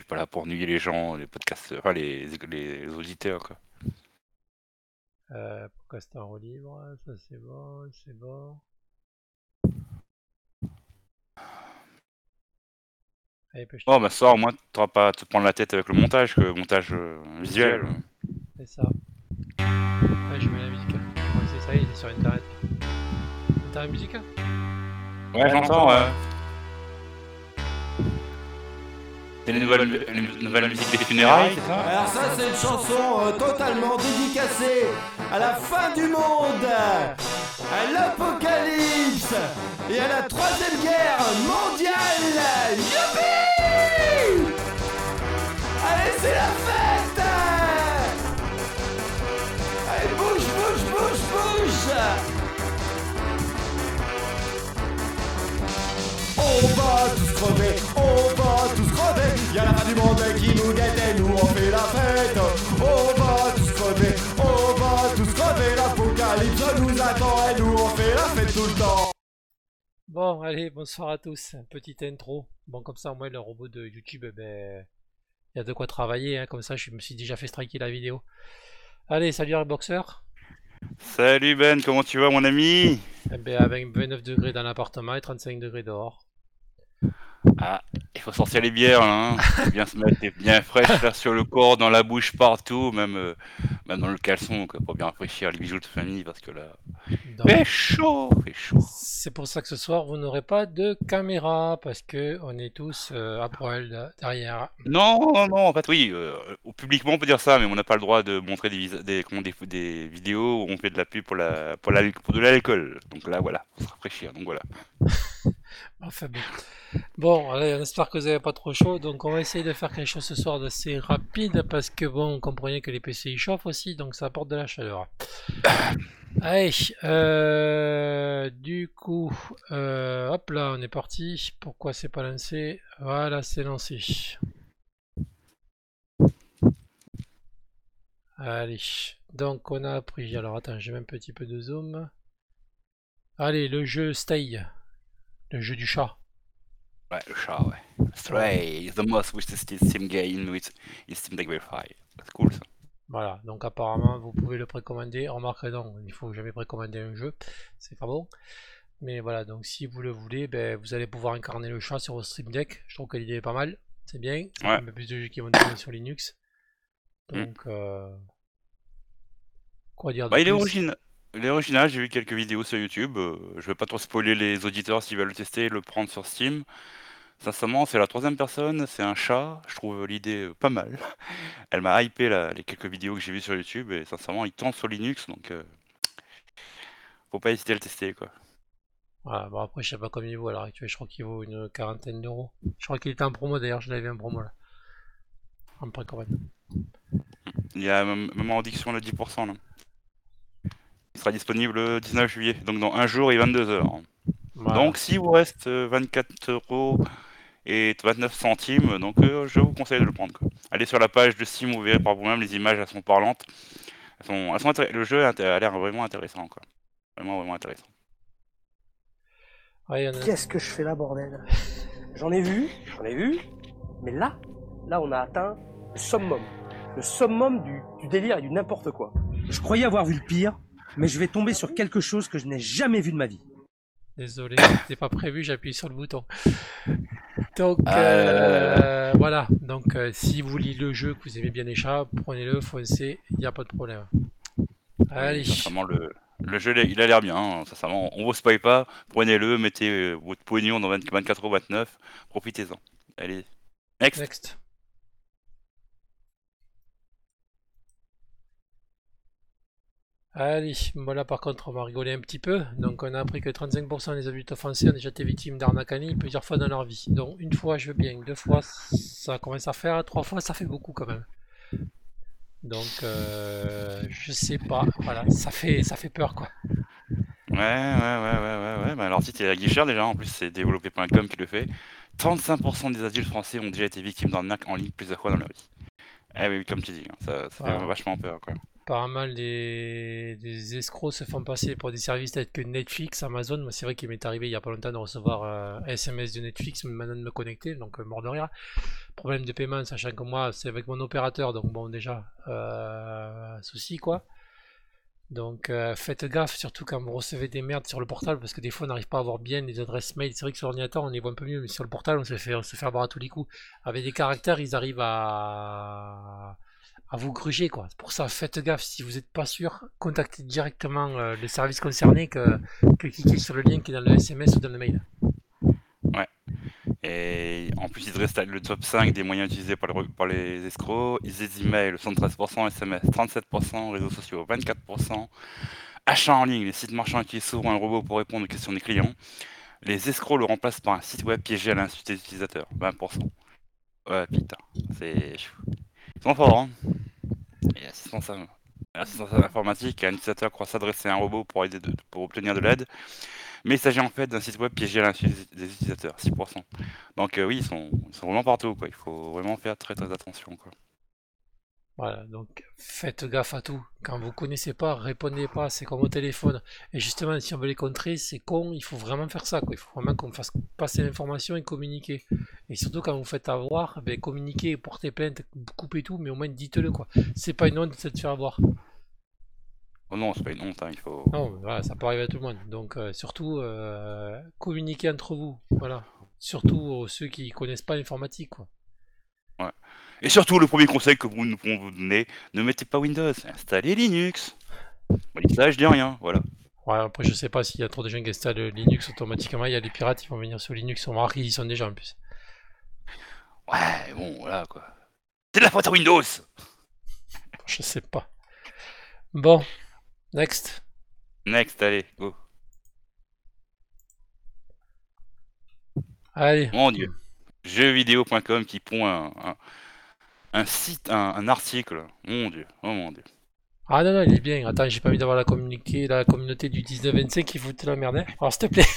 suis pas là pour ennuyer les gens, les podcasteurs, enfin les auditeurs, quoi. Podcast en roue libre, ça c'est bon, c'est bon. Allez, pêche-toi. Bon, bah, ça, au moins, t'auras pas à te prendre la tête avec le montage, que le montage visuel. C'est ça. Ouais, je mets la musique. Ouais, c'est ça, il est sur internet. T'as la musique? Ouais, j'entends, ouais. C'est une nouvelle musique des funérailles, c'est ça? Alors ça c'est une chanson totalement dédicacée à la fin du monde, à l'apocalypse et à la troisième guerre mondiale. Youpi! Allez, c'est la fête! Allez, bouge, bouge, bouge, bouge! On va tous crever, on va tous crever. Y'a la fin du monde qui nous guette et nous on fait la fête. On va tous crever, on va tous crever. L'apocalypse nous attend et nous on fait la fête tout le temps. Bon, allez, bonsoir à tous. Petite intro. Bon, comme ça, au moins, le robot de YouTube, ben, il y a de quoi travailler. Hein. Comme ça, je me suis déjà fait striker la vidéo. Allez, salut Airboxer. Salut Ben, comment tu vas, mon ami? Eh ben, avec 29 degrés dans l'appartement et 35 degrés dehors. Ah, il faut sortir les bières, là, hein. Faut bien se mettre des bien fraîches là, sur le corps, dans la bouche, partout, même dans le caleçon, quoi, pour bien rafraîchir les bijoux de famille, parce que là, Donc, fait chaud, fait chaud. c'est pour ça que ce soir, vous n'aurez pas de caméra, parce que on est tous à poil derrière. Non, non, non, en fait, oui, publiquement on peut dire ça, mais on n'a pas le droit de montrer des vidéos où on fait de la pub pour de l'alcool. Donc là, voilà, pour se rafraîchir, donc voilà. Enfin bon. Bon, allez, on espère que vous n'avez pas trop chaud. Donc, on va essayer de faire quelque chose ce soir d'assez rapide parce que bon, on comprenait que les PC ils chauffent aussi, donc ça apporte de la chaleur. Allez, du coup, hop là, on est parti. Pourquoi c'est pas lancé? Voilà, c'est lancé. Allez, donc on a appris. Alors attends, j'ai même un petit peu de zoom. Allez, le jeu Stay, le jeu du chat. Ouais, le chat, ouais. Stray is the most wished Steam game with Steam Deck Verify. C'est cool ça. Voilà, donc apparemment vous pouvez le précommander. Remarquez non, il faut jamais précommander un jeu, c'est pas bon. Mais voilà, donc si vous le voulez, ben, vous allez pouvoir incarner le chat sur votre Stream Deck. Je trouve que l'idée est pas mal, c'est bien. Ça fait Ouais. un peu plus de jeux qui vont tourner sur Linux. Donc, quoi dire de Bah, il est plus? Il est original, j'ai vu quelques vidéos sur YouTube. Je vais pas trop spoiler les auditeurs s'ils veulent le tester et le prendre sur Steam. Sincèrement, c'est la troisième personne, c'est un chat. Je trouve l'idée pas mal. Elle m'a hypé les quelques vidéos que j'ai vues sur YouTube et sincèrement, il tourne sur Linux donc faut pas hésiter à le tester quoi. Voilà, bon après je sais pas combien il vaut à l'heure actuelle, je crois qu'il vaut une quarantaine d'euros. Je crois qu'il était en promo d'ailleurs, je l'avais en promo là. En précommande. Il y a même en réduction de 10% là. Il sera disponible le 19 juillet, donc dans un jour et 22 heures. Voilà. Donc s'il vous reste 24 € et 29 centimes, donc je vous conseille de le prendre quoi. Allez sur la page de Steam, vous verrez par vous-même, les images elles sont parlantes. Le jeu a l'air vraiment intéressant quoi. Vraiment vraiment intéressant. Ouais, Qu'est-ce que je fais là, bordel? J'en ai vu, mais là on a atteint le summum du délire et du n'importe quoi. Je croyais avoir vu le pire, mais je vais tomber sur quelque chose que je n'ai jamais vu de ma vie. Désolé, c'était pas prévu, j'appuie sur le bouton. Donc voilà, donc si vous lisez le jeu, que vous aimez bien les chats, prenez-le, foncez, il n'y a pas de problème. Allez. Sincèrement, le jeu il a l'air bien, hein. Sincèrement, on vous spoil pas, prenez-le, mettez votre pognon dans 24,29€, profitez-en. Allez, next. Allez, voilà par contre on va rigoler un petit peu. Donc on a appris que 35% des adultes français ont déjà été victimes d'arnaques en ligne plusieurs fois dans leur vie. Donc une fois je veux bien, deux fois ça commence à faire, trois fois ça fait beaucoup quand même. Donc je sais pas, voilà, ça fait peur quoi. Ouais. Bah, alors site il est cher déjà, en plus c'est développé.com qui le fait. 35% des adultes français ont déjà été victimes d'arnaques en ligne plusieurs fois dans leur vie. Eh oui, comme tu dis, hein, ça fait Ah. vachement peur, quoi. Apparemment, des escrocs se font passer pour des services tels que Netflix, Amazon. Moi, c'est vrai qu'il m'est arrivé il y a pas longtemps de recevoir un SMS de Netflix, maintenant de me connecter, donc mort de rire. Problème de paiement, sachant que moi, c'est avec mon opérateur, donc bon, déjà, souci quoi. Donc faites gaffe, surtout quand vous recevez des merdes sur le portable, parce que des fois on n'arrive pas à voir bien les adresses mail. C'est vrai que sur l'ordinateur on les voit un peu mieux, mais sur le portable on se fait avoir à tous les coups. Avec des caractères, ils arrivent à vous gruger quoi. Pour ça, faites gaffe, si vous n'êtes pas sûr, contactez directement les services concernés que cliquez sur le lien qui est dans le SMS ou dans le mail. Ouais. Et en plus, ils dressent le top 5 des moyens utilisés par les escrocs. Ils disent email, 73%, SMS, 37%, réseaux sociaux, 24%. Achats en ligne, les sites marchands utilisent souvent un robot pour répondre aux questions des clients. Les escrocs le remplacent par un site web piégé à l'insu des utilisateurs, 20%. Ouais, putain, c'est... Ils sont forts, hein. Et l'assistance informatique, un utilisateur croit s'adresser à un robot pour obtenir de l'aide. Mais il s'agit en fait d'un site web piégé à l'insu des utilisateurs, 6%. Donc oui, ils sont vraiment partout, quoi. Il faut vraiment faire très très attention, quoi. Voilà, donc faites gaffe à tout. Quand vous connaissez pas, répondez pas, c'est comme au téléphone. Et justement, si on veut les contrer, c'est con, il faut vraiment faire ça, quoi. Il faut vraiment qu'on fasse passer l'information et communiquer. Et surtout quand vous faites avoir, ben, communiquez, portez plainte, coupez tout, mais au moins dites-le, quoi. C'est pas une honte de se faire avoir. Oh non, c'est pas une honte, hein, il faut... Non, mais voilà, ça peut arriver à tout le monde. Donc surtout, communiquez entre vous, voilà. Surtout ceux qui connaissent pas l'informatique, quoi. Ouais. Et surtout, le premier conseil que nous pourrons vous donner, ne mettez pas Windows, installez Linux. Bon, ça, je dis rien, voilà. Ouais, après, je sais pas s'il y a trop de gens qui installent Linux automatiquement. Il y a les pirates, ils vont venir sur Linux. On va voir qu'ils y sont déjà en plus. Ouais, bon, voilà, quoi. C'est de la faute à Windows. Je sais pas. Bon, next. Next, allez, go. Allez. Mon Dieu. Jeuxvideo.com qui pond un site, un article. Mon Dieu, oh mon Dieu. Ah non, non, il est bien. Attends, j'ai pas envie d'avoir la communauté du 19-25 qui fout la merde. Hein. Alors, s'il te plaît.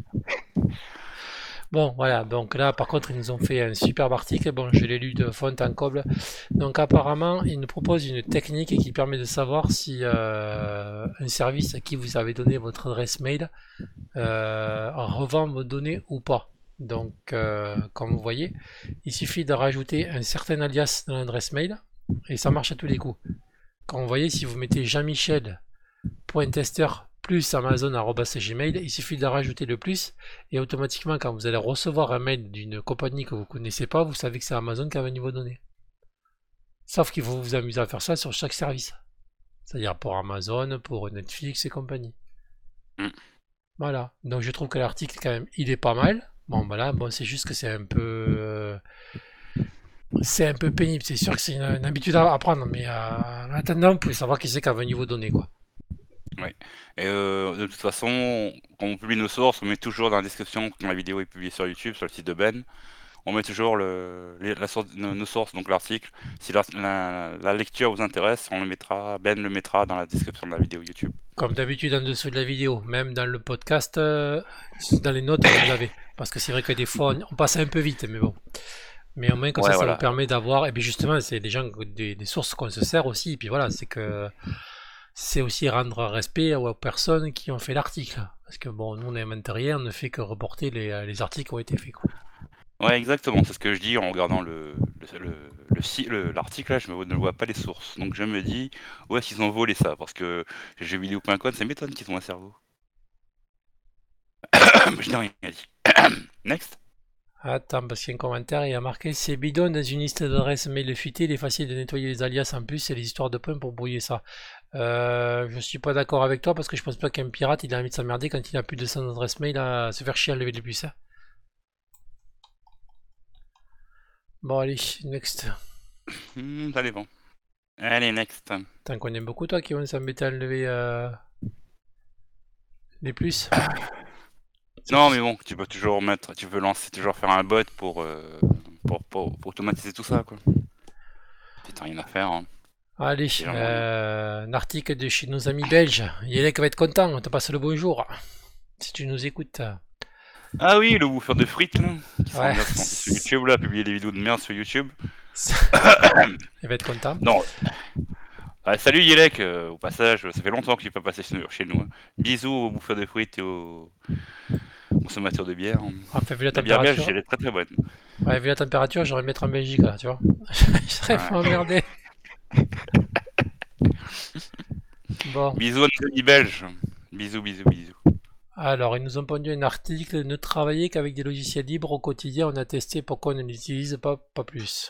Bon, voilà. Donc là, par contre, ils nous ont fait un superbe article. Bon, je l'ai lu de fond en comble. Donc, apparemment, ils nous proposent une technique qui permet de savoir si un service à qui vous avez donné votre adresse mail revend vos données ou pas. Donc, comme vous voyez, il suffit de rajouter un certain alias dans l'adresse mail et ça marche à tous les coups. Quand vous voyez, si vous mettez jean-michel.tester plus amazon@gmail, il suffit de rajouter le plus et automatiquement, quand vous allez recevoir un mail d'une compagnie que vous ne connaissez pas, vous savez que c'est Amazon qui a vos données. Sauf qu'il faut vous amuser à faire ça sur chaque service. C'est-à-dire pour Amazon, pour Netflix et compagnie. Voilà. Donc je trouve que l'article, quand même, il est pas mal. Bon, voilà, bon, c'est juste que c'est un peu pénible. C'est sûr que c'est une habitude à apprendre, mais en attendant, vous pouvez savoir qui c'est qui a vos données, quoi. Ouais. Et de toute façon, quand on publie nos sources, on met toujours dans la description, quand la vidéo est publiée sur YouTube, sur le site de Ben, on met toujours nos sources, donc l'article. Si la lecture vous intéresse, Ben le mettra dans la description de la vidéo YouTube. Comme d'habitude en dessous de la vidéo, même dans le podcast, dans les notes, vous l'avez. Parce que c'est vrai que des fois, on passe un peu vite, mais bon. Mais au moins, comme Ouais, ça voilà. nous permet d'avoir. Et puis justement, c'est des gens, des sources qu'on se sert aussi. Et puis voilà, c'est aussi rendre respect aux personnes qui ont fait l'article. Parce que bon, nous, on n'invente rien, on ne fait que reporter les articles qui ont été faits, quoi. Ouais, exactement, c'est ce que je dis en regardant l'article là, je ne vois pas les sources. Donc je me dis, où est-ce qu'ils ont volé ça? Parce que jeuxvideo.com, ça m'étonne qu'ils ont un cerveau. Je n'ai rien dit. Next. Attends, parce qu'il y a un commentaire, il y a marqué c'est bidon dans une liste d'adresses mail fuitée, il est facile de nettoyer les alias en plus, c'est les histoires de points pour brouiller ça. Je suis pas d'accord avec toi parce que je pense pas qu'un pirate il a envie de s'emmerder quand il a plus de 100 adresses mail à se faire chier à enlever les puces. Hein. Bon, allez, next. Ça dépend. Allez, next. T'en connais beaucoup, toi, qui vont s'embêter à enlever les plus. Non, mais bon, tu peux toujours faire un bot pour automatiser tout ça, quoi. Putain, rien à faire, hein. Allez, un article de chez nos amis belges. Yelek va être content, on te passe le bonjour. Si tu nous écoutes. Ah oui, le bouffeur de frites, là, qui Ouais. sur YouTube, là, publier des vidéos de merde sur YouTube. Il va être content. Non. Ah, salut Yelek, au passage, ça fait longtemps que j'ai pas passé chez nous. Hein. Bisous aux bouffeurs de frites et aux consommateurs de bière. Enfin, vu la La bière belge, température, elle est très très bonne. ouais, vu la température, j'aurais me mettre en Belgique là, tu vois. Je serais pas emmerdé. Bon, Bisous à nos amis belges. Bisous, bisous, bisous. alors ils nous ont pondu un article. Ne travailler qu'avec des logiciels libres au quotidien. On a testé pourquoi on ne l'utilise pas plus.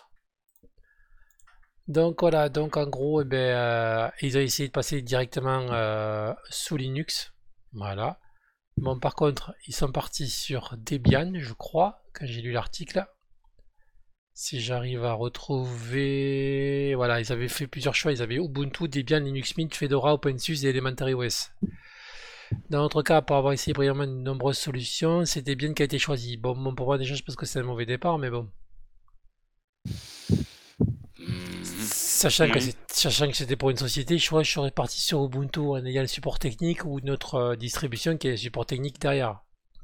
Donc voilà, donc en gros, ils ont essayé de passer directement sous Linux. Voilà. Bon, par contre, ils sont partis sur Debian, je crois, quand j'ai lu l'article. Si j'arrive à retrouver... Voilà, ils avaient fait plusieurs choix. Ils avaient Ubuntu, Debian, Linux Mint, Fedora, OpenSUSE et Elementary OS. Dans notre cas, pour avoir essayé brièvement de nombreuses solutions, c'est Debian qui a été choisi. Bon, pour moi déjà, je pense que c'est un mauvais départ, mais bon. Sachant que c'était pour une société, je serais parti sur Ubuntu en ayant le support technique ou notre distribution qui a le support technique derrière.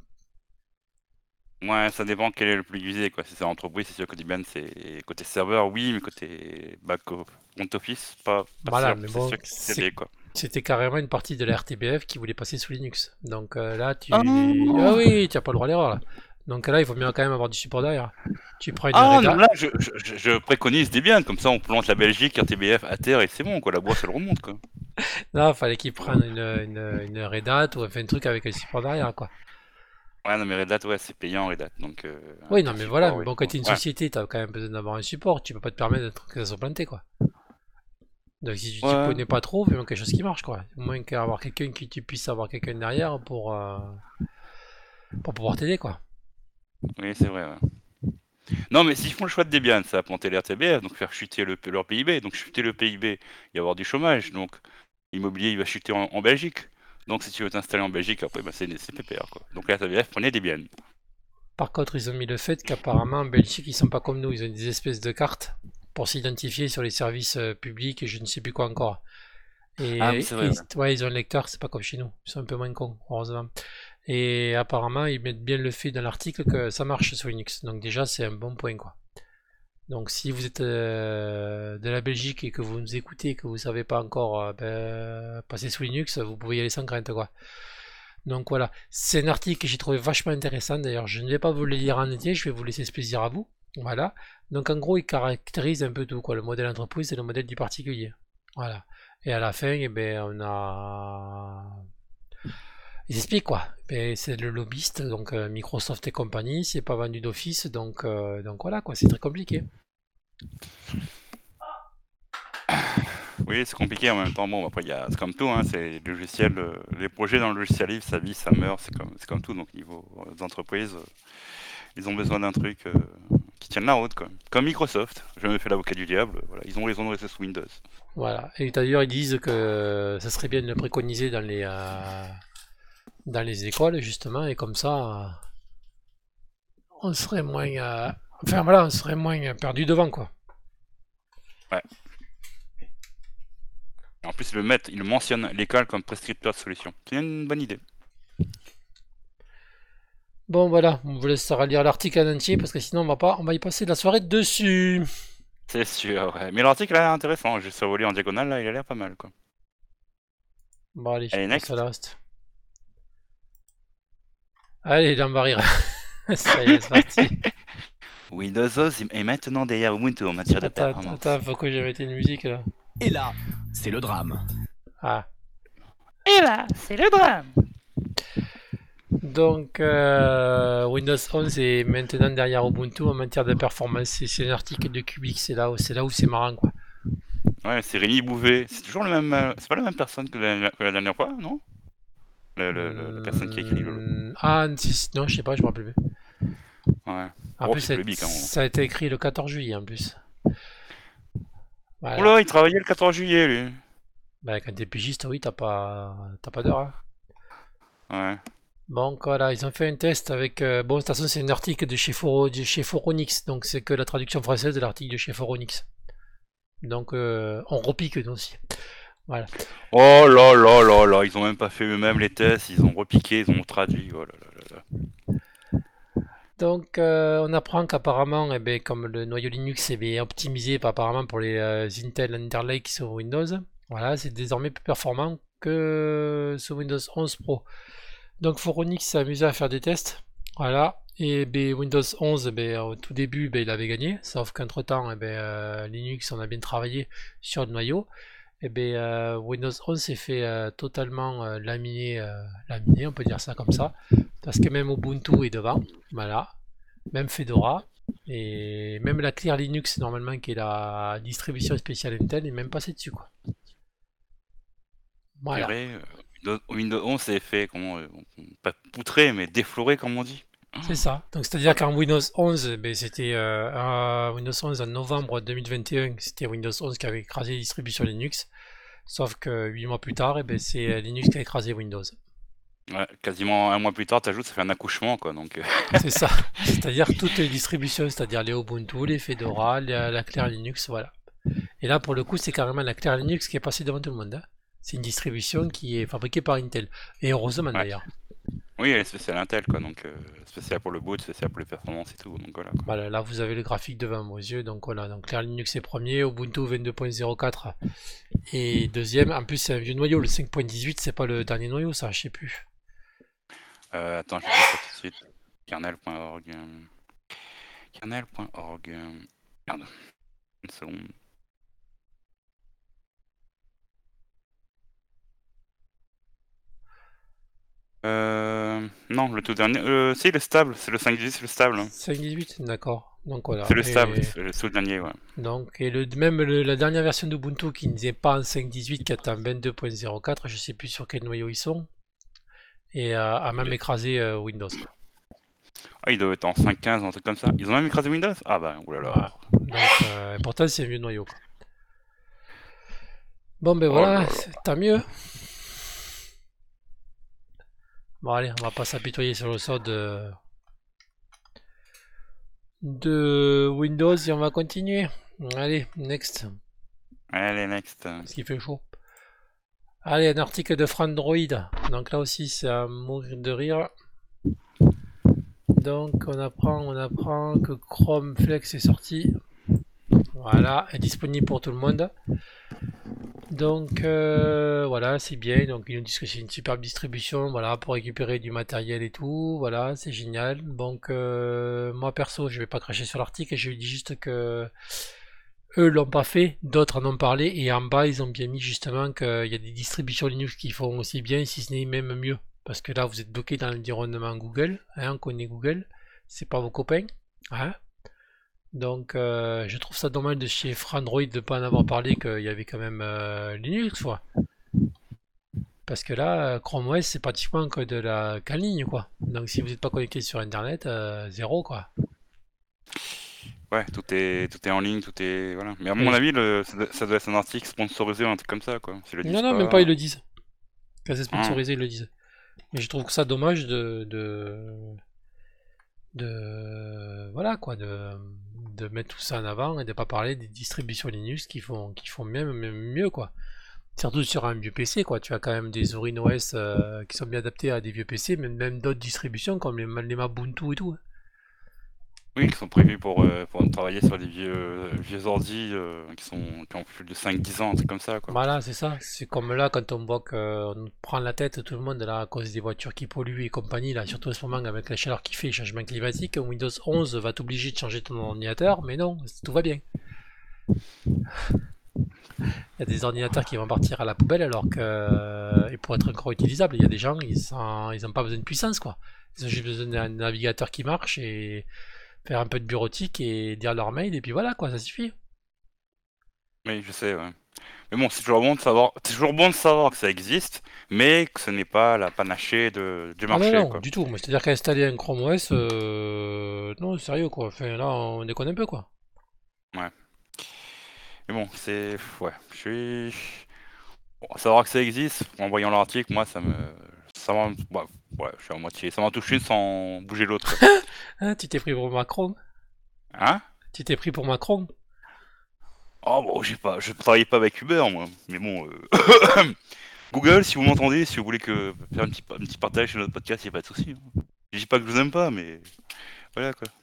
Ouais, ça dépend quel est le plus utilisé, quoi. Si c'est entreprise, c'est sûr que Debian, c'est côté serveur, oui, mais côté front office, pas Voilà, sûr. mais C'est bon, sûr que c'est CD, quoi. c'était carrément une partie de la RTBF qui voulait passer sous Linux. Donc là, tu... Ah Ah oui, tu n'as pas le droit à l'erreur là. Donc là, il faut bien quand même avoir du support derrière. Tu prends une Ah Red Hat. non, là, je préconise Debian, comme ça on plante la Belgique, RTBF à terre et c'est bon, quoi. La boîte, elle remonte, quoi. Là, il fallait qu'ils prennent une Red Hat ou enfin un truc avec le support derrière, quoi. Ouais, non, mais Red Hat, ouais, c'est payant Red Hat, donc... Oui, avec non, le mais voilà, support, mais oui. bon, quand tu es une Ouais. société, tu as quand même besoin d'avoir un support. Tu peux pas te permettre que ça soit planté, quoi. Donc si tu t'y Ouais. connais pas trop, fais quelque chose qui marche, quoi. Au moins qu'avoir quelqu'un qui tu puisses avoir quelqu'un derrière pour pouvoir t'aider, quoi. Oui, c'est vrai, ouais. Non, mais s'ils font le choix de Debian, ça va planter l'RTBF, donc faire chuter leur PIB. Donc chuter le PIB, il va y avoir du chômage, donc l'immobilier, il va chuter en Belgique. Donc si tu veux t'installer en Belgique, après, bah, c'est PPR, quoi. Donc l'RTBF, prenez Debian. Par contre, ils ont mis le fait qu'apparemment en Belgique, ils sont pas comme nous, ils ont des espèces de cartes pour s'identifier sur les services publics et je ne sais plus quoi encore. Et, Ah oui, c'est vrai, ouais, ils ont un lecteur, c'est pas comme chez nous, ils sont un peu moins cons, heureusement. Et apparemment, ils mettent bien le fait dans l'article que ça marche sur Linux, donc déjà c'est un bon point, quoi. Donc si vous êtes de la Belgique et que vous nous écoutez et que vous savez pas encore passer sous Linux, vous pouvez y aller sans crainte, quoi. Donc voilà, c'est un article que j'ai trouvé vachement intéressant. D'ailleurs, je ne vais pas vous le lire en entier, je vais vous laisser ce plaisir à vous. Voilà. Donc en gros, il caractérise un peu tout, quoi. Le modèle entreprise et le modèle du particulier. Voilà. Et à la fin, eh ben, on a... Ils expliquent quoi. Ben, c'est le lobbyiste, donc Microsoft et compagnie, c'est pas vendu d'office, donc voilà, quoi. C'est très compliqué. Oui, c'est compliqué en même temps. Bon, après, c'est comme tout, hein, c'est le logiciel, les projets dans le logiciel libre, ça vit, ça meurt, c'est comme tout. Donc, niveau des entreprises, ils ont besoin d'un truc qui tienne la route, quoi. Comme Microsoft, je me fais l'avocat du diable, voilà, ils ont raison de rester sous Windows. Voilà. Et d'ailleurs, ils disent que ça serait bien de le préconiser dans les écoles, justement, et comme ça, on serait moins, enfin voilà, on serait moins perdu devant, quoi. Ouais. Et en plus, il mentionne l'école comme prescripteur de solution. C'est une bonne idée. Bon, voilà, on vous laissera lire l'article en entier parce que sinon on va y passer la soirée dessus. C'est sûr, ouais. Mais l'article a l'air intéressant. Je survolé en diagonale, là, il a l'air pas mal, quoi. Bon, allez, je Allez, passe next. à la reste. Allez, là, on va rire. Ça y est, c'est parti. Windows OS est maintenant derrière Ubuntu en matière de performance. Attends, faut que j'ai mettre une musique là. Et là, c'est le drame. Ah. Et là, c'est le drame. Donc, Windows 11 est maintenant derrière Ubuntu en matière de performance. C'est un article de Cubic, c'est là où c'est marrant, quoi. Ouais, c'est Rémi Bouvet. C'est toujours le même. C'est pas la même personne que la dernière fois, non la personne qui a écrit le. Ah, non, je sais pas, je me rappelle plus. Ouais. En plus, ça a été écrit le 14 juillet en plus. Voilà. Oh là, il travaillait le 14 juillet, lui. Bah, quand t'es pigiste, oui, t'as pas d'heure. Hein. Ouais. Donc voilà, ils ont fait un test avec. Bon, de toute façon, c'est un article de chez Foronix, donc c'est que la traduction française de l'article de chez Foronix. Donc on repique nous aussi. Voilà. Oh là là là là, ils ont même pas fait eux-mêmes les tests, ils ont repiqué, ils ont traduit. Oh là là là là. Donc, on apprend qu'apparemment, comme le noyau Linux est optimisé apparemment pour les Intel Alder Lake sur Windows, voilà, c'est désormais plus performant que sur Windows 11 Pro. Donc, Phoronix s'est amusé à faire des tests, voilà, et Windows 11, au tout début, il avait gagné, sauf qu'entre-temps, Linux, on a bien travaillé sur le noyau, et Windows 11 s'est fait totalement laminer, on peut dire ça comme ça, parce que même Ubuntu est devant, voilà, même Fedora, et même la Clear Linux normalement qui est la distribution spéciale Intel est même passée dessus quoi. Voilà. Purée, Windows 11 s'est fait, pas poutrer, mais déflorer, comme on dit. C'est ça. Donc c'est-à-dire qu'en Windows 11, c'était Windows 11 en novembre 2021, c'était Windows 11 qui avait écrasé la distribution Linux, sauf que 8 mois plus tard, c'est Linux qui a écrasé Windows. Ouais, quasiment un mois plus tard, t'ajoutes, ça fait un accouchement, quoi, donc... C'est ça. C'est-à-dire toutes les distributions, c'est-à-dire les Ubuntu, les Fedora, la Clear Linux, voilà. Et là, pour le coup, c'est carrément la Clear Linux qui est passée devant tout le monde. Hein. C'est une distribution qui est fabriquée par Intel. Et heureusement d'ailleurs. Oui, elle est spéciale Intel, quoi, donc spéciale pour le boot, spéciale pour les performances et tout, donc voilà. Quoi. Voilà, là vous avez le graphique devant vos yeux, donc voilà, donc Clear Linux est premier, Ubuntu 22.04 et deuxième, en plus c'est un vieux noyau, le 5.18 c'est pas le dernier noyau ça, je sais plus. Attends, je vais dire ça tout de suite. Kernel.org. Kernel.org. Merde. Une seconde. Non, le tout dernier. Si, il est stable. C'est le 5.18, c'est le stable. 5.18, d'accord. Donc voilà. C'est le stable, c'est le tout dernier, ouais. Donc, et la dernière version d'Ubuntu qui n'est pas en 5.18, qui est en 22.04, je sais plus sur quel noyau ils sont, et a même écrasé Windows. Ah, il doit être en 5.15, un truc comme ça. Ils ont même écrasé Windows? Ah bah, oulala. Voilà. Donc, pourtant, c'est un vieux noyau. Quoi. Bon, ben voilà, tant mieux. Bon, allez, on va pas s'apitoyer sur le sort de Windows et on va continuer. Allez, next. Allez, next. Parce qu'il fait chaud. Allez, un article de Frandroid. Donc là aussi, c'est à mourir de rire. Donc on apprend que Chrome Flex est sorti. Voilà, est disponible pour tout le monde. Donc voilà, c'est bien. Donc ils nous disent que c'est une superbe distribution, voilà, pour récupérer du matériel et tout. Voilà, c'est génial. Donc moi perso, je vais pas cracher sur l'article. Je lui dis juste que eux l'ont pas fait, d'autres en ont parlé et en bas ils ont bien mis justement qu'il y a des distributions Linux qui font aussi bien, si ce n'est même mieux. Parce que là vous êtes bloqué dans l'environnement Google, hein, on connaît Google, c'est pas vos copains, hein. Donc je trouve ça dommage de chez Frandroid de ne pas en avoir parlé qu'il y avait quand même Linux quoi. Parce que là, Chrome OS c'est pratiquement que de la qu'en ligne quoi. Donc si vous n'êtes pas connecté sur internet, zéro quoi. Ouais, tout est en ligne, tout est... Voilà. Mais à mon avis, ça doit être un article sponsorisé ou un truc comme ça, quoi. Non, même pas, ils le disent. Quand c'est sponsorisé, ils le disent. Mais je trouve que ça dommage voilà quoi, de mettre tout ça en avant et de pas parler des distributions Linux qui font même mieux quoi. Surtout sur un vieux PC quoi, tu as quand même des Zorin OS qui sont bien adaptés à des vieux PC, même d'autres distributions comme les Mabuntu et tout. Oui, qui sont prévus pour travailler sur des vieux ordi qui ont plus de 5-10 ans, un truc comme ça, quoi. Voilà, c'est ça. C'est comme là, quand on voit qu'on nous prend la tête, tout le monde, là, à cause des voitures qui polluent et compagnie, là, surtout en ce moment, avec la chaleur qui fait, changement climatique, Windows 11 va t'obliger de changer ton ordinateur, mais non, tout va bien. Il y a des ordinateurs qui vont partir à la poubelle alors que, et pour être encore utilisables, il y a des gens, ils n'ont pas besoin de puissance, quoi. Ils ont juste besoin d'un navigateur qui marche et faire un peu de bureautique et dire leur mail, et puis voilà, quoi, ça suffit. Oui, je sais, ouais. Mais bon, c'est toujours bon de savoir que ça existe, mais que ce n'est pas la panachée du marché, non, quoi. du tout. C'est-à-dire qu'installer un Chrome OS, non, sérieux, quoi. Enfin, là, on déconne un peu, quoi. Ouais. Mais bon, ouais, Bon, savoir que ça existe, en voyant l'article, moi, ouais, je suis à moitié. Ça m'a touché sans bouger l'autre, quoi. Hein, tu t'es pris pour Macron? Hein? Tu t'es pris pour Macron? Oh bon, je travaille pas avec Uber, moi. Mais bon, Google, si vous m'entendez, si vous voulez faire un petit partage sur notre podcast, y a pas de souci. Hein. Je dis pas que je vous aime pas, mais Voilà quoi.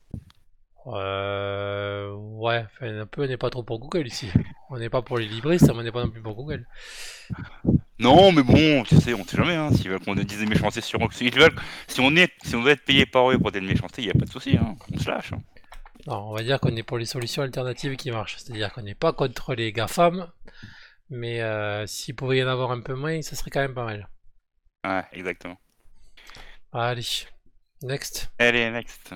Ouais, enfin, un peu, on n'est pas trop pour Google ici. On n'est pas pour les libristes, mais on n'est pas non plus pour Google. Non, mais bon, tu sais, on sait jamais, hein, s'ils veulent qu'on dise des méchancetés sur... si on doit être payé par eux pour dire des méchancetés, il n'y a pas de souci, hein, on se lâche. Hein. Non, on va dire qu'on est pour les solutions alternatives qui marchent. C'est-à-dire qu'on n'est pas contre les GAFAM, mais s'il pouvait y en avoir un peu moins, ça serait quand même pas mal. Ouais, exactement. Allez, next. Allez, next.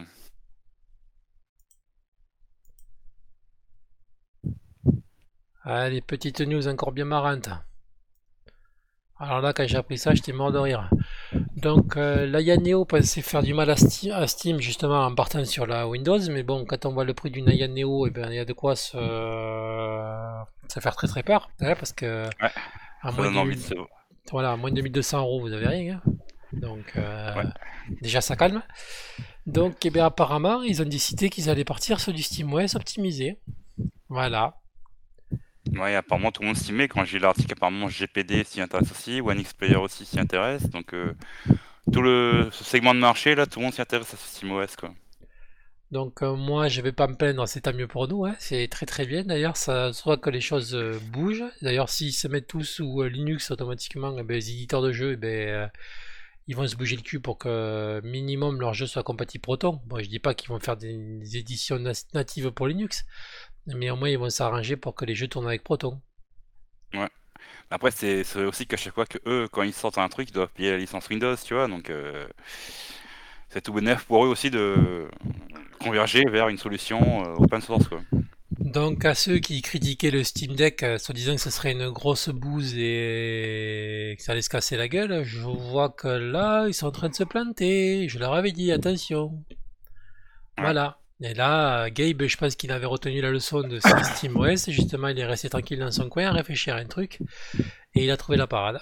Allez, petite news encore bien marrante. Alors là, quand j'ai appris ça, j'étais mort de rire. Donc, la Yaneo pensait faire du mal à Steam justement en partant sur la Windows, mais bon, quand on voit le prix d'une Yaneo, eh ben, il y a de quoi se faire très très peur, hein, parce que Ouais, à ça moins donne de envie 1000 de se... voilà, à moins de 1200 €, vous avez rien. Hein. Donc, Ouais. déjà ça calme. Donc, eh bien, apparemment, ils ont décidé qu'ils allaient partir sur du SteamOS optimisé. Voilà. Ouais, apparemment tout le monde s'y met. Quand j'ai lu l'article, apparemment GPD s'y intéresse aussi, OneXplayer aussi s'y intéresse. Donc tout ce segment de marché là, tout le monde s'y intéresse à ce SteamOS quoi. Donc moi je vais pas me plaindre, c'est tant mieux pour nous, hein. C'est très très bien d'ailleurs, ça soit que les choses bougent. D'ailleurs s'ils se mettent tous sous Linux automatiquement, eh ben, les éditeurs de jeux, eh ben, ils vont se bouger le cul pour que minimum leur jeu soit compatible Proton. Bon, je dis pas qu'ils vont faire des éditions natives pour Linux, mais au moins ils vont s'arranger pour que les jeux tournent avec Proton. Ouais. Après c'est aussi qu'à chaque fois que eux, quand ils sortent un truc, ils doivent payer la licence Windows, tu vois. Donc c'est tout bénef pour eux aussi de converger vers une solution open source quoi. Donc à ceux qui critiquaient le Steam Deck, se disant que ce serait une grosse bouse et que ça allait se casser la gueule, je vois que là, ils sont en train de se planter. Je leur avais dit, attention. Ouais. Voilà. Et là, Gabe, je pense qu'il avait retenu la leçon de SteamOS, et justement, il est resté tranquille dans son coin à réfléchir à un truc, et il a trouvé la parade.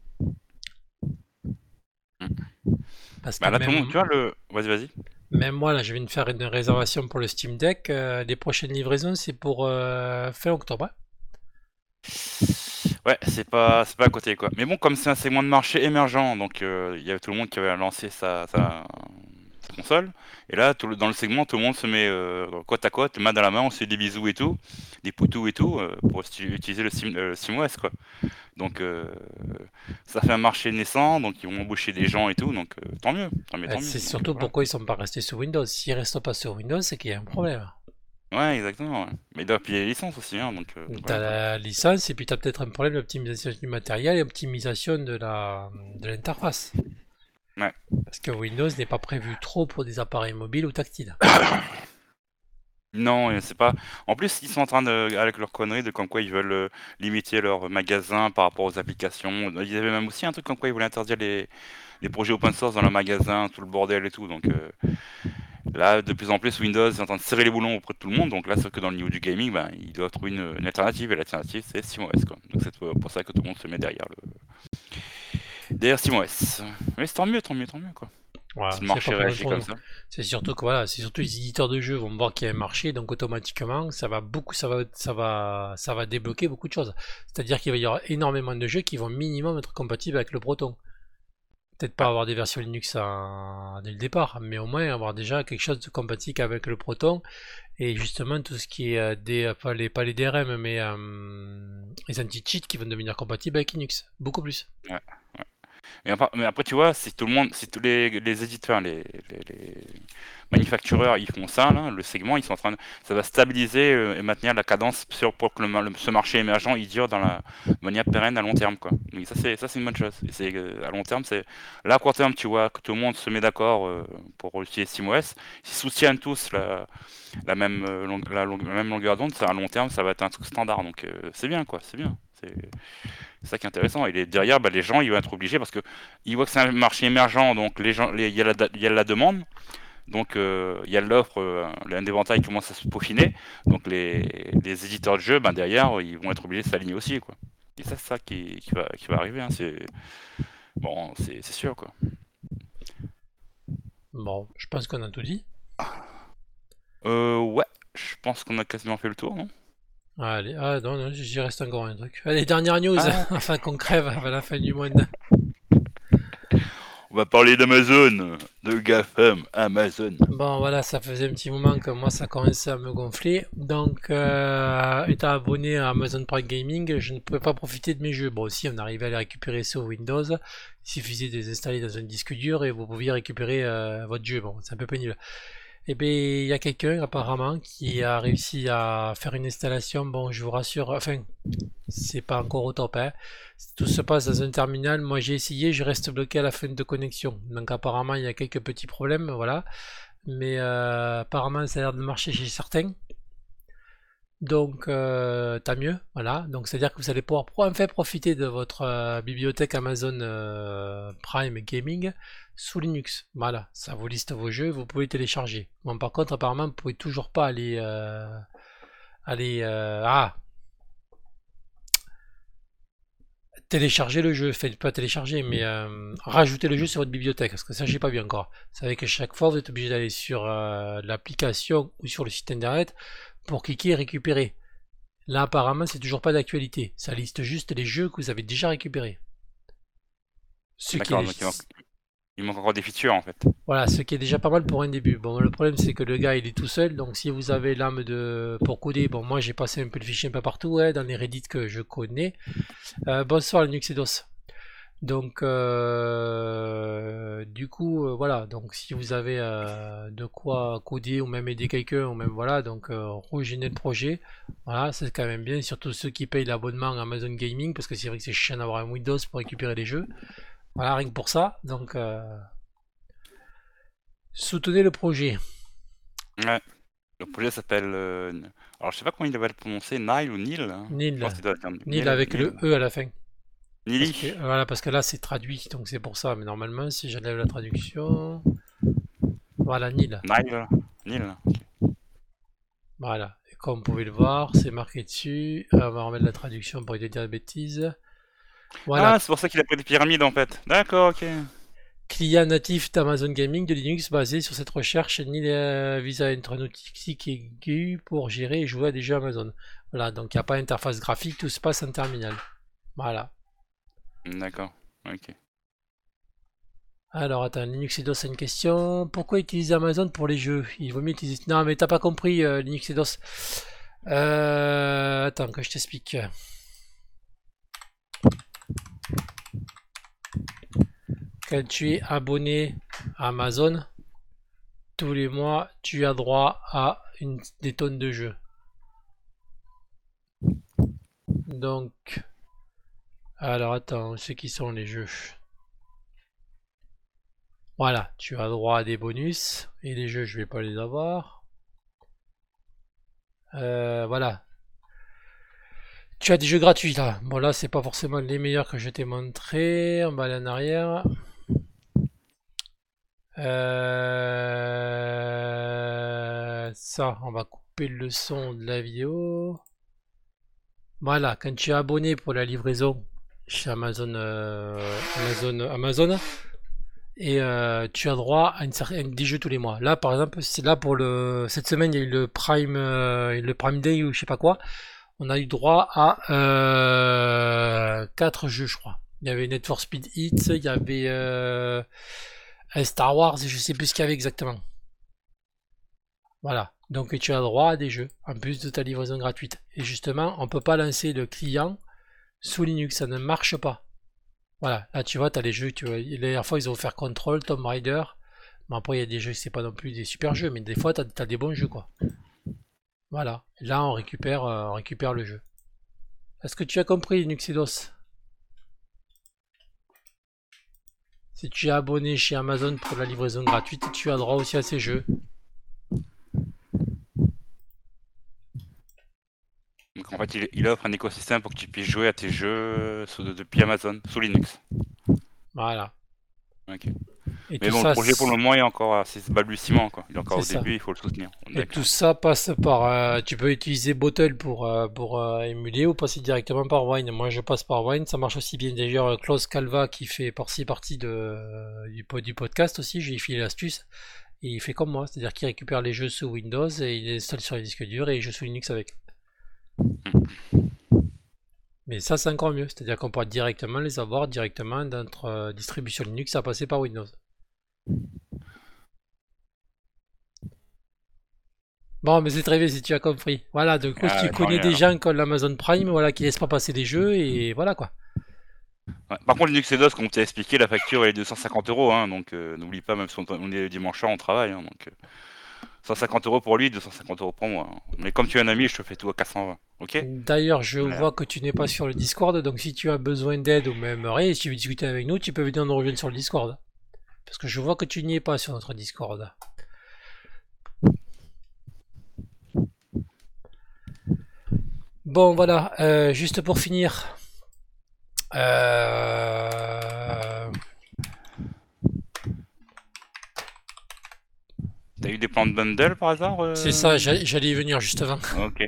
Parce que Bah là tout le même, monde, tu vois Vas-y. même moi, là, je viens de faire une réservation pour le Steam Deck. Les prochaines livraisons, c'est pour fin octobre. Hein. Ouais, c'est pas à côté quoi. Mais bon, comme c'est un segment de marché émergent, donc il y avait tout le monde qui avait lancé sa console. Et là, dans le segment, tout le monde se met côte à côte, main dans la main, on se fait des bisous et tout, des poutous et tout, pour utiliser le SteamOS quoi. Donc ça fait un marché naissant, donc ils vont embaucher des gens et tout, donc tant mieux, tant mieux, tant mieux. C'est Donc, surtout voilà. pourquoi ils sont pas restés sur Windows. S'ils restent pas sur Windows, c'est qu'il y a un problème. Ouais, exactement. Ouais. Mais ils doivent payer les licences aussi, hein, donc T'as voilà, quoi. la licence et puis t'as peut-être un problème d'optimisation du matériel et optimisation de l'interface. Ouais. Parce que Windows n'est pas prévu trop pour des appareils mobiles ou tactiles. Non, c'est pas. En plus, ils sont en train de, avec leur connerie de comme quoi ils veulent limiter leur magasin par rapport aux applications. Il y avait même aussi un truc comme quoi ils voulaient interdire les projets open source dans leur magasin, tout le bordel et tout. Donc là, de plus en plus, Windows est en train de serrer les boulons auprès de tout le monde. Donc là, sauf que dans le niveau du gaming, ben, ils doivent trouver une alternative. Et l'alternative, c'est SteamOS, quoi. Donc c'est pour ça que tout le monde se met derrière SteamOS. Mais c'est tant mieux, quoi. Voilà, Si le c'est marché pas pour réagit pour comme nous. ça. C'est surtout que voilà, c'est surtout les éditeurs de jeux vont voir qu'il y a un marché, donc automatiquement ça va débloquer beaucoup de choses. C'est-à-dire qu'il va y avoir énormément de jeux qui vont minimum être compatibles avec le Proton. Peut-être pas Ouais. avoir des versions Linux dès le départ, mais au moins avoir déjà quelque chose de compatible avec le Proton et justement tout ce qui est pas les DRM mais les anti-cheats qui vont devenir compatibles avec Linux, beaucoup plus. Ouais. Ouais. Mais après, tu vois, si tout le monde, si tous les éditeurs, les manufactureurs, ils font ça, là, le segment, ils sont en train ça va stabiliser et maintenir la cadence pour que ce marché émergent, il dure de manière pérenne à long terme, quoi. Donc ça, c'est une bonne chose. Et c'est, à long terme, là, à court terme, tu vois, que tout le monde se met d'accord pour utiliser SteamOS, s'ils soutiennent tous la même, la même longueur d'onde, ça, à long terme, ça va être un truc standard. Donc c'est bien, quoi, c'est bien. C'est ça qui est intéressant. Et derrière, bah, les gens, ils vont être obligés parce que ils voient que c'est un marché émergent, donc les gens, il y a la demande, donc il y a l'offre, un éventail commence à se peaufiner. Donc les éditeurs de jeux, ben, derrière, ils vont être obligés de s'aligner aussi, quoi. Et ça, c'est ça qui va arriver. Hein. C'est bon, c'est sûr, quoi. Bon, je pense qu'on a tout dit. Ouais, je pense qu'on a quasiment fait le tour, non? Allez, ah non, j'y reste encore un truc. Allez, dernière news, Ah. afin qu'on crève à la fin du monde. va parler d'Amazon, de GAFAM, Amazon. Bon, voilà, ça faisait un petit moment que moi ça commençait à me gonfler. Donc, étant abonné à Amazon Prime Gaming, je ne pouvais pas profiter de mes jeux. Bon, aussi, on arrivait à les récupérer sur Windows. Il suffisait de les installer dans un disque dur et vous pouviez récupérer votre jeu. Bon, c'est un peu pénible. Et bien, il y a quelqu'un apparemment qui a réussi à faire une installation. Bon, je vous rassure, enfin, c'est pas encore au top, hein. Tout se passe dans un terminal. Moi, j'ai essayé, je reste bloqué à la fin de connexion. Donc, apparemment, il y a quelques petits problèmes, voilà. Mais apparemment, ça a l'air de marcher chez certains. Donc, tant mieux, voilà. Donc, c'est-à-dire que vous allez pouvoir enfin profiter de votre bibliothèque Amazon Prime Gaming sous Linux. Voilà, ça vous liste vos jeux, vous pouvez télécharger. Bon, par contre, apparemment, vous pouvez toujours pas télécharger le jeu. Faites pas télécharger, mais rajouter le jeu sur votre bibliothèque, parce que ça, j'ai pas vu encore. Vous savez que chaque fois, vous êtes obligé d'aller sur l'application ou sur le site internet pour cliquer et récupérer. Là, apparemment, c'est toujours pas d'actualité. Ça liste juste les jeux que vous avez déjà récupérés. D'accord, donc il manque encore des features en fait. Voilà, ce qui est déjà pas mal pour un début. Bon, le problème c'est que le gars il est tout seul, donc si vous avez l'âme pour coder, bon, moi j'ai passé un peu le fichier un peu partout, ouais, dans les Reddit que je connais. Bonsoir Linux et DOS. Donc, du coup, voilà. Donc, si vous avez de quoi coder ou même aider quelqu'un, ou même voilà, donc rejoignez le projet. Voilà, c'est quand même bien, surtout ceux qui payent l'abonnement Amazon Gaming, parce que c'est vrai que c'est chiant d'avoir un Windows pour récupérer les jeux. Voilà, rien que pour ça. Donc, soutenez le projet. Ouais. Le projet s'appelle. Alors, je sais pas comment il va le prononcer, Nile ou Nil. Hein. Nil. Nil. Nil avec le E à la fin. Nili. Voilà, parce que là c'est traduit, donc c'est pour ça. Mais normalement, si j'enlève la traduction. Voilà, Nil. Nil. Voilà. Et comme vous pouvez le voir, c'est marqué dessus. On va remettre la traduction pour éviter de dire de bêtises. Voilà. Ah, c'est pour ça qu'il a pris des pyramides en fait. D'accord, ok. Client natif d'Amazon Gaming de Linux basé sur cette recherche, Nil vise à être un outil aigu pour gérer et jouer à des jeux Amazon. Voilà, donc il n'y a pas d'interface graphique, tout se passe en terminal. Voilà. D'accord, ok. Alors attends, Linux et DOS a une question. Pourquoi utiliser Amazon pour les jeux? Il vaut mieux utiliser... Non mais t'as pas compris Linux et DOS. Attends que je t'explique. Quand tu es abonné à Amazon, tous les mois tu as droit à des tonnes de jeux. Donc... Alors attends, c'est qui sont les jeux? Voilà, tu as droit à des bonus. Et les jeux, je vais pas les avoir. Voilà. Tu as des jeux gratuits là. Bon là, c'est pas forcément les meilleurs que je t'ai montré. On va aller en arrière. Ça, on va couper le son de la vidéo. Voilà, quand tu es abonné pour la livraison chez Amazon, Amazon, et tu as droit à des jeux tous les mois. Là, par exemple, c'est là pour cette semaine, il y a eu le Prime Day ou je sais pas quoi. On a eu droit à 4 jeux, je crois. Il y avait Need for Speed Hits, il y avait un Star Wars, et je sais plus ce qu'il y avait exactement. Voilà. Donc tu as droit à des jeux, en plus de ta livraison gratuite. Et justement, on peut pas lancer le client sous Linux, ça ne marche pas. Voilà, là tu vois, tu as les jeux, tu vois, la dernière fois ils ont offert Control, Tomb Raider. Mais après il y a des jeux, c'est pas non plus des super jeux, mais des fois tu as des bons jeux quoi. Voilà, là on récupère le jeu. Est-ce que tu as compris Linux et DOS? Si tu es abonné chez Amazon pour la livraison gratuite, tu as droit aussi à ces jeux. Donc en fait, il offre un écosystème pour que tu puisses jouer à tes jeux depuis Amazon, sous Linux. Voilà. Ok. Et mais bon, le projet pour le moment est encore assez balbutiement, quoi. Il est encore au début, il faut le soutenir. Et tout ça passe par... tu peux utiliser Bottle pour émuler ou passer directement par Wine. Moi je passe par Wine, ça marche aussi bien. D'ailleurs, Klaus Calva qui fait partie du podcast aussi, je lui ai filé l'astuce. Et il fait comme moi, c'est-à-dire qu'il récupère les jeux sous Windows et il les installe sur les disques durs et il joue sous Linux avec. Mais ça, c'est encore mieux. C'est-à-dire qu'on pourra directement les avoir directement dans notre distribution Linux à passer par Windows. Bon, mais c'est très bien si tu as compris. Voilà, donc si tu connais des gens qui ont l'Amazon Prime, voilà, qui laissent pas passer des jeux, et voilà quoi. Ouais. Par contre, Linux et DOS, comme tu as expliqué, la facture elle est 250 €, hein, donc n'oublie pas, même si on est dimanche soir, on travaille, hein, donc 150 € pour lui, 250 € pour moi, hein. Mais comme tu es un ami, je te fais tout à 420, ok? D'ailleurs, je Voilà. vois que tu n'es pas sur le Discord, donc si tu as besoin d'aide ou même rien, si tu veux discuter avec nous, tu peux venir nous rejoindre sur le Discord. Parce que je vois que tu n'y es pas sur notre Discord. Bon, voilà, juste pour finir. T'as eu des plans de bundle par hasard C'est ça, j'allais y venir juste avant. Ok.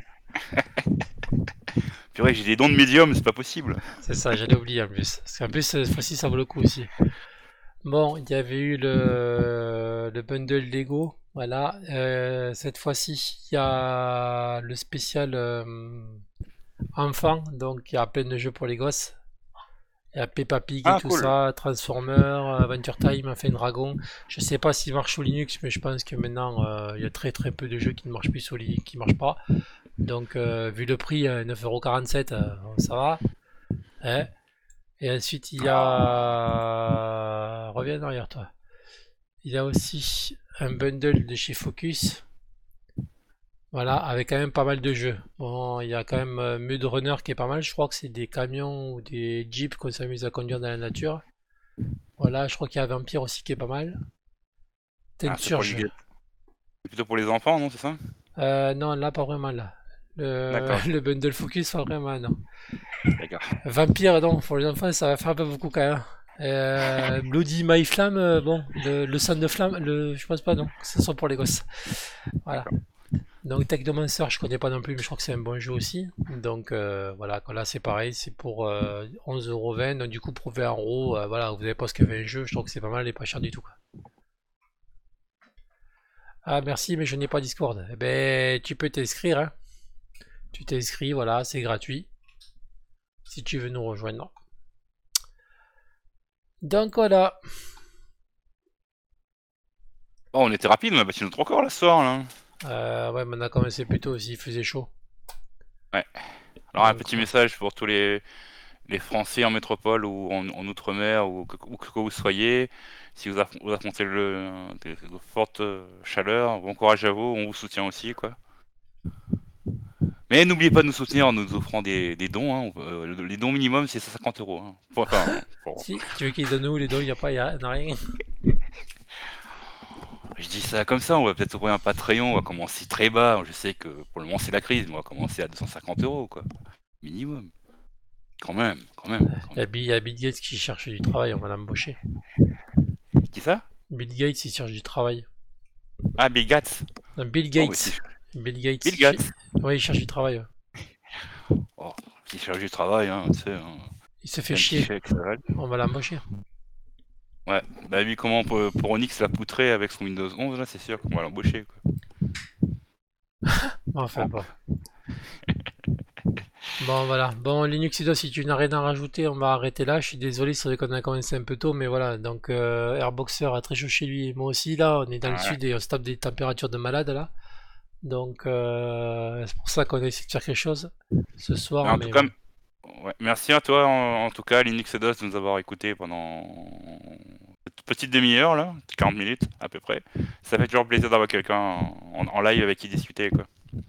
Purée, j'ai des dons de médium, c'est pas possible. C'est ça, j'allais oublier en plus. Parce qu'en plus, cette fois-ci, ça vaut le coup aussi. Bon, il y avait eu le bundle Lego. Voilà. Cette fois-ci, il y a le spécial enfant. Donc, il y a plein de jeux pour les gosses. Il y a Peppa Pig et tout cool. ça, Transformers, Adventure Time, enfin Dragon. Je sais pas s'il marche sous Linux, mais je pense que maintenant, il y a très très peu de jeux qui ne marchent plus sous Linux, qui marchent pas. Donc, vu le prix, 9,47 €, ça va. Hein. Et ensuite, il y a... Reviens en arrière, toi. Il y a aussi un bundle de chez Focus. Voilà, avec quand même pas mal de jeux. Bon, il y a quand même Mud Runner qui est pas mal. Je crois que c'est des camions ou des jeeps qu'on s'amuse à conduire dans la nature. Voilà, je crois qu'il y a Vampire aussi qui est pas mal. Surge. C'est plutôt pour les enfants, non, c'est ça? Non, là, pas vraiment, là. D'accord. Le bundle Focus, pas vraiment, non. D'accord. Vampire, non, pour les enfants, ça va faire un peu beaucoup quand même. Bloody My Flamme, bon, le sang de flamme, je pense pas, non, ce sont pour les gosses. Voilà. Donc Technomancer, je connais pas non plus, mais je crois que c'est un bon jeu aussi. Donc voilà, là c'est pareil, c'est pour 11,20 €. Donc du coup, pour 20 €, voilà, vous avez pas ce que fait un jeu, je trouve que c'est pas mal et pas cher du tout, quoi. Ah merci, mais je n'ai pas Discord. Eh ben, tu peux t'inscrire, hein. Tu t'inscris, voilà, c'est gratuit. Si tu veux nous rejoindre. Donc voilà. Oh, on était rapide, on a battu notre record là ce soir là. Ouais, mais on a commencé plus tôt aussi, il faisait chaud. Ouais. Alors un petit message pour tous les Français en métropole ou en outre-mer ou que vous soyez. Si vous affrontez de fortes chaleurs, bon courage à vous, on vous soutient aussi, quoi. Mais n'oubliez pas de nous soutenir en nous offrant des dons, hein. Les dons minimum c'est 150 €, hein. Enfin, Si, tu veux qu'ils donnent où les dons, il n'y a rien. Je dis ça comme ça, on va peut-être ouvrir un Patreon, on va commencer très bas. Je sais que pour le moment c'est la crise, mais on va commencer à 250 €, quoi. Minimum. Quand même. Il y a Bill Gates qui cherche du travail, on va l'embaucher. Qui ça? Bill Gates, il cherche du travail. Ah, Bill Gates. Non, Bill Gates. Bill Gates. Bill Gates. Oui, il cherche du travail. Oh, il cherche du travail, hein, tu sais. Il se fait chier. On va l'embaucher. Ouais, bah lui, comment pour Onyx l'a poutré avec son Windows 11, là, c'est sûr qu'on va l'embaucher, quoi. Enfin, bon. Bon, voilà. Bon, Linux et DOS, si tu n'as rien à rajouter, on va arrêter là. Je suis désolé, c'est vrai qu'on a commencé un peu tôt, mais voilà. Donc, Airboxer a très chaud chez lui et moi aussi, là. On est dans le sud et on se tape des températures de malade, là. Donc, c'est pour ça qu'on a essayé de faire quelque chose ce soir. Mais en tout cas, ouais, merci à toi, en tout cas, Linux et DOS, de nous avoir écoutés pendant cette petite demi-heure, là, 40 minutes à peu près. Ça fait toujours plaisir d'avoir quelqu'un en live avec qui discuter, quoi.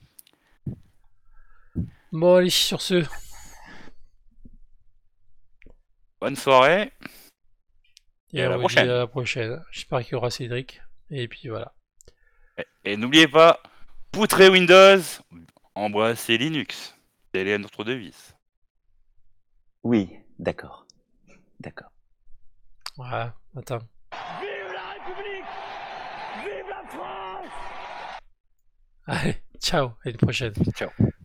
Bon, allez, sur ce. Bonne soirée. Et à la prochaine. À la prochaine. J'espère qu'il y aura Cédric. Et puis voilà. Et n'oubliez pas, poutrez Windows, embrassez Linux. Telle est notre devise. Oui, d'accord. D'accord. Ouais, attends. Vive la République! Vive la France! Allez, ciao, à une prochaine. Ciao.